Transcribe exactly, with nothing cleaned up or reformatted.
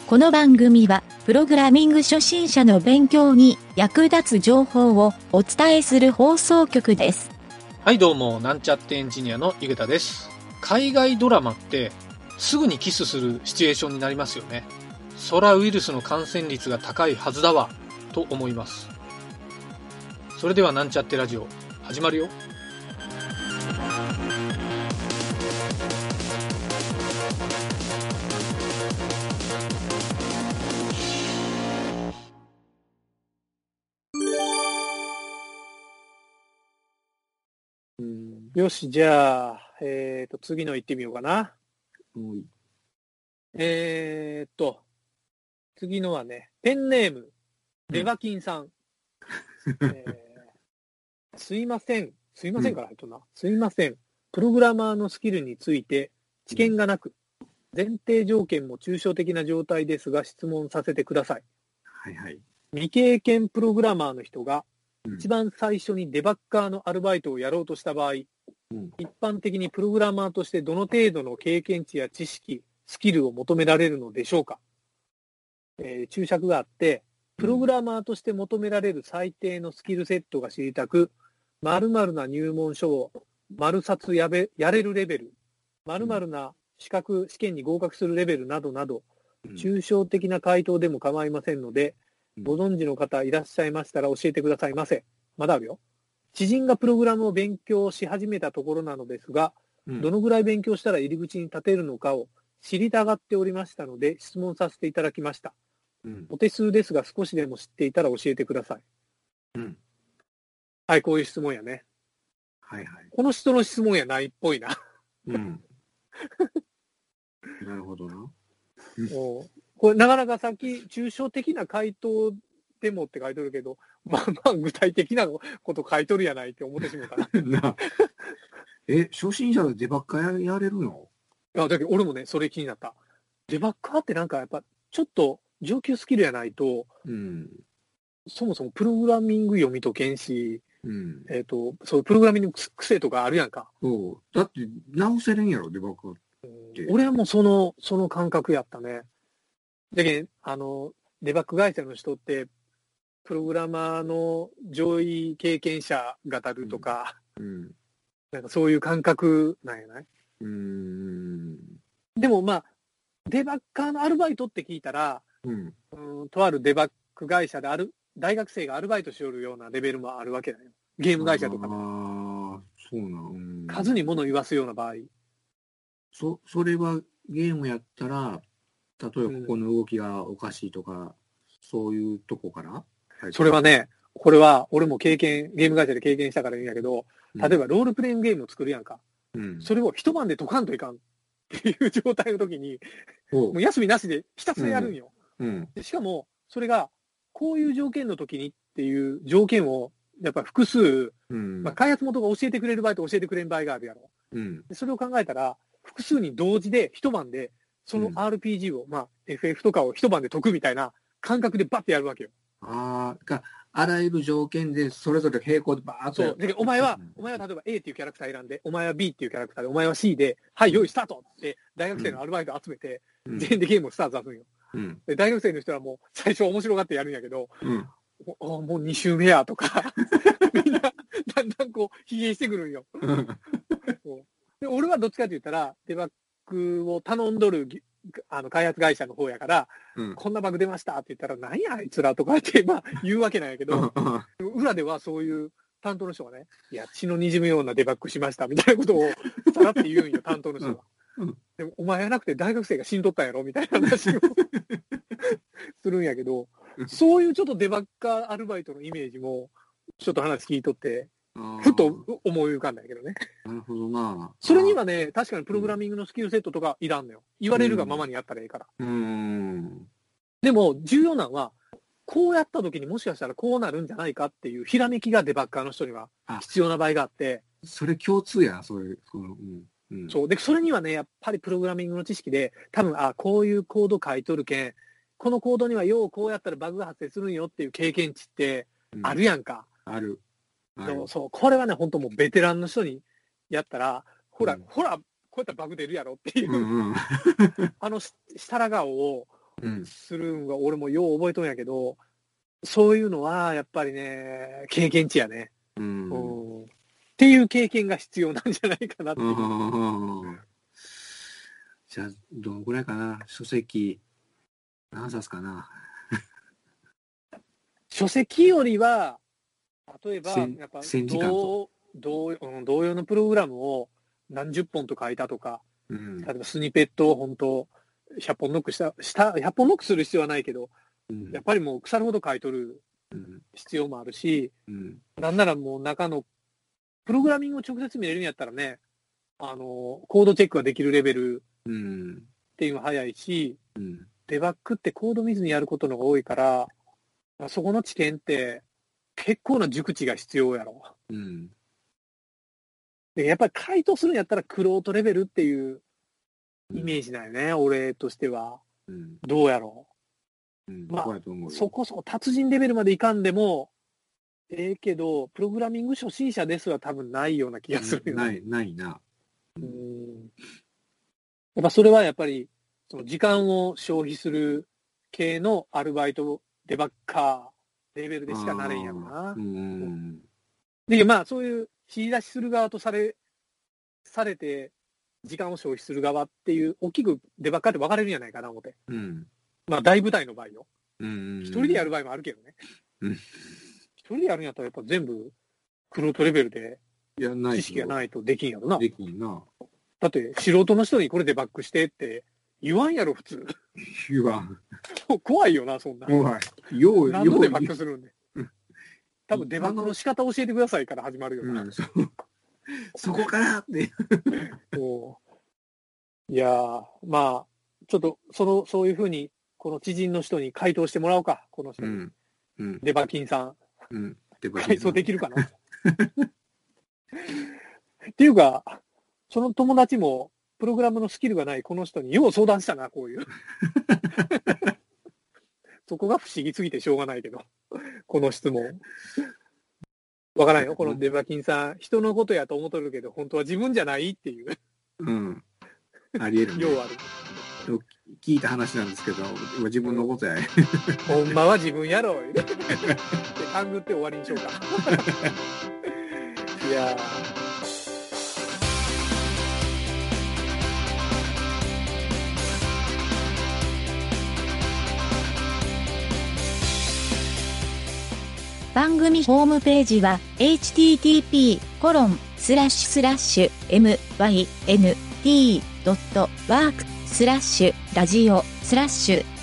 この番組はプログラミング初心者の勉強に役立つ情報をお伝えする放送局です。 はいどうも、なんちゃってエンジニアの井桁です。海外ドラマってすぐにキスするシチュエーションになりますよね。そらウイルスの感染率が高いはずだわと思います。それではなんちゃってラジオ始まるよ。 うん、よし、じゃあ、えーと、次の行ってみようかな。 うん、 えーと、次のはね、ペンネーム、デバキンさん。えー、すいません、すいませんから入っとんな、うん。すいません、プログラマーのスキルについて知見がなく、前提条件も抽象的な状態ですが、質問させてください。 はいはい。 未経験プログラマーの人が、一番最初にデバッカーのアルバイトをやろうとした場合、うん、一般的にプログラマーとしてどの程度の経験値や知識、スキルを求められるのでしょうか。えー、注釈があって、プログラマーとして求められる最低のスキルセットが知りたく、〇〇な入門書を丸冊やべやれるレベル、〇〇な資格試験に合格するレベルなどなど、抽象的な回答でも構いませんので、ご存知の方いらっしゃいましたら教えてくださいませ。まだあるよ。知人がプログラムを勉強し始めたところなのですが、うん、どのぐらい勉強したら入り口に立てるのかを知りたがっておりましたので質問させていただきました。うん、お手数ですが少しでも知っていたら教えてください。うん、はい、こういう質問やね。 はいはい。 この人の質問やないっぽいな。 うん、なるほどな。 おこれなかなかさっき抽象的な回答でもって書いてるけど、まあまあ具体的なこと書いとるやないって思ってしまうかな。なえ、初心者でデバッカーやれるの？ いや、だけど俺もね、それ気になった。デバッカーってなんかやっぱちょっと上級スキルやないと、うん、そもそもプログラミング読み解けんし、うん、えっ、ー、と、そう、プログラミング癖とかあるやんか。 そう。だって直せれんやろ、デバッカーって。 うん、俺はもうその、その感覚やったね。だけど、あの、デバッグ会社の人って、プログラマーの上位経験者がたるとか、うんうん、なんかそういう感覚なんやない？うーんでもまあ、デバッカーのアルバイトって聞いたら、うん、うんとあるデバッグ会社である、大学生がアルバイトしよるようなレベルもあるわけだよ。ゲーム会社とかで。ああ、そうなの、うん。 数に物言わすような場合。 そ、それはゲームやったら、例えばここの動きがおかしいとか、うん、そういうとこから、はい、 それはね、これは俺も経験、ゲーム会社で経験したから言うんやけど、例えばロールプレイングゲームを作るやんか。うん、それを一晩で解かんといかんっていう状態の時に、もう休みなしでひたすらやるんよ。うんうん、でしかも、それがこういう条件の時にっていう条件をやっぱり複数、うんまあ、開発元が教えてくれる場合と教えてくれる場合があるやろ。うん、でそれを考えたら、複数に同時で一晩でその アールピージー を、うん、まあ エフエフ とかを一晩で解くみたいな感覚でバッてやるわけよ。 ああ、あらゆる条件でそれぞれ並行でバーッと。 そう。で、お前は、お前は例えば A っていうキャラクター選んで、お前は B っていうキャラクターで、お前は C で、はい、用意スタートって大学生のアルバイト集めて、うん、全員でゲームをスタートさすんよ。うん、で、大学生の人はもう最初面白がってやるんやけど、うん、おもうに週目やとか、みんなだんだんこう疲弊してくるんよ。で俺はどっちかって言ったら、デバッグを頼んどるあの開発会社の方やから、うん、こんなバグ出ましたって言ったら、なんやあいつらとかってまあ言うわけなんやけど、裏ではそういう担当の人がね、いや、血の滲むようなデバッグしましたみたいなことをさらって言うんよ、担当の人が。うんうん、でもお前やなくて大学生が死んどったんやろみたいな話をするんやけど、そういうちょっとデバッカーアルバイトのイメージも、ちょっと話聞いとって、ふと思い浮かんだんやけどね。 なるほどな。 それにはね、確かにプログラミングのスキルセットとかいらんのよ。言われるがままにやったらいいから。うん。でも、重要なのは、こうやった時にもしかしたらこうなるんじゃないかっていうひらめきがデバッカーの人には必要な場合があって。 それ共通や、それ。そのうんうん、そう。で、それにはね、やっぱりプログラミングの知識で、多分、あ、こういうコード書いとるけん、このコードにはようこうやったらバグが発生するんよっていう経験値ってあるやんか。 うん、ある。 そうそう、これはね、本当もうベテランの人にやったら、ほら、うん、ほら、こうやったらバグ出るやろっていう、うんうん、あの、したら顔をするんが俺もよう覚えとんやけど、そういうのはやっぱりね、経験値やね。うん。うん、っていう経験が必要なんじゃないかなっていう。うん、 じゃあ、どのぐらいかな、書籍、何冊かな。 書籍よりは、例えば、やっぱ同、同、同様のプログラムを何十本と書いたとか、うん、例えばスニペットを本当、ひゃっぽんノックした、した、ひゃっぽんノックする必要はないけど、うん、やっぱりもう腐るほど書いとる必要もあるし、うん、なんならもう中の、プログラミングを直接見れるんやったらね、あの、コードチェックができるレベルっていうのが早いし、うん、デバッグってコード見ずにやることのが多いから、そこの知見って結構な熟知が必要やろ。うん、でやっぱり回答するんやったらクロートレベルっていうイメージだよね、うん、俺としては。うん、どうやろう。うん、まあ、そこそこ達人レベルまでいかんでも、ええけど、プログラミング初心者ですは多分ないような気がするよね。 ない、ないな。 うん。やっぱそれはやっぱり、その時間を消費する系のアルバイト、デバッカーレベルでしかなれんやろな。うん。で、まあそういう引き出しする側とされ、されて、時間を消費する側っていう、大きくデバッカーって分かれるんじゃないかな、思って。うん。まあ大舞台の場合よ。うん。一人でやる場合もあるけどね。うん。一人でやるんやったらやっぱ全部、クロートレベルで、知識がないとできんやろな。 できんな。 だって、素人の人にこれデバッグしてって言わんやろ、普通。 言わん。 怖いよな、そんな。 怖い。よう、 何のデバッグするんで。多分デバッグの仕方教えてくださいから始まるよな。うん、そ, そこからって。 いやー、まあ、ちょっと、その、そういうふうに、この知人の人に回答してもらおうか、この人に。うんうん、デバキンさん。うん、回答できるかな。っていうか、その友達も、プログラムのスキルがないこの人によう相談したな、こういう。そこが不思議すぎてしょうがないけど、この質問。わからんよ、このデバキンさん、人のことやと思っとるけど、本当は自分じゃないっていう。 うん。ありえるね。 ようある。 聞いた話なんですけど、自分のことや。 ほんまは自分やろう。で、勘ぐって終わりにしようか。いやー。 番組ホームページは エイチティーティーピーコロンスラッシュスラッシュエムワイエヌティードットワークスラッシュラジオスラッシュ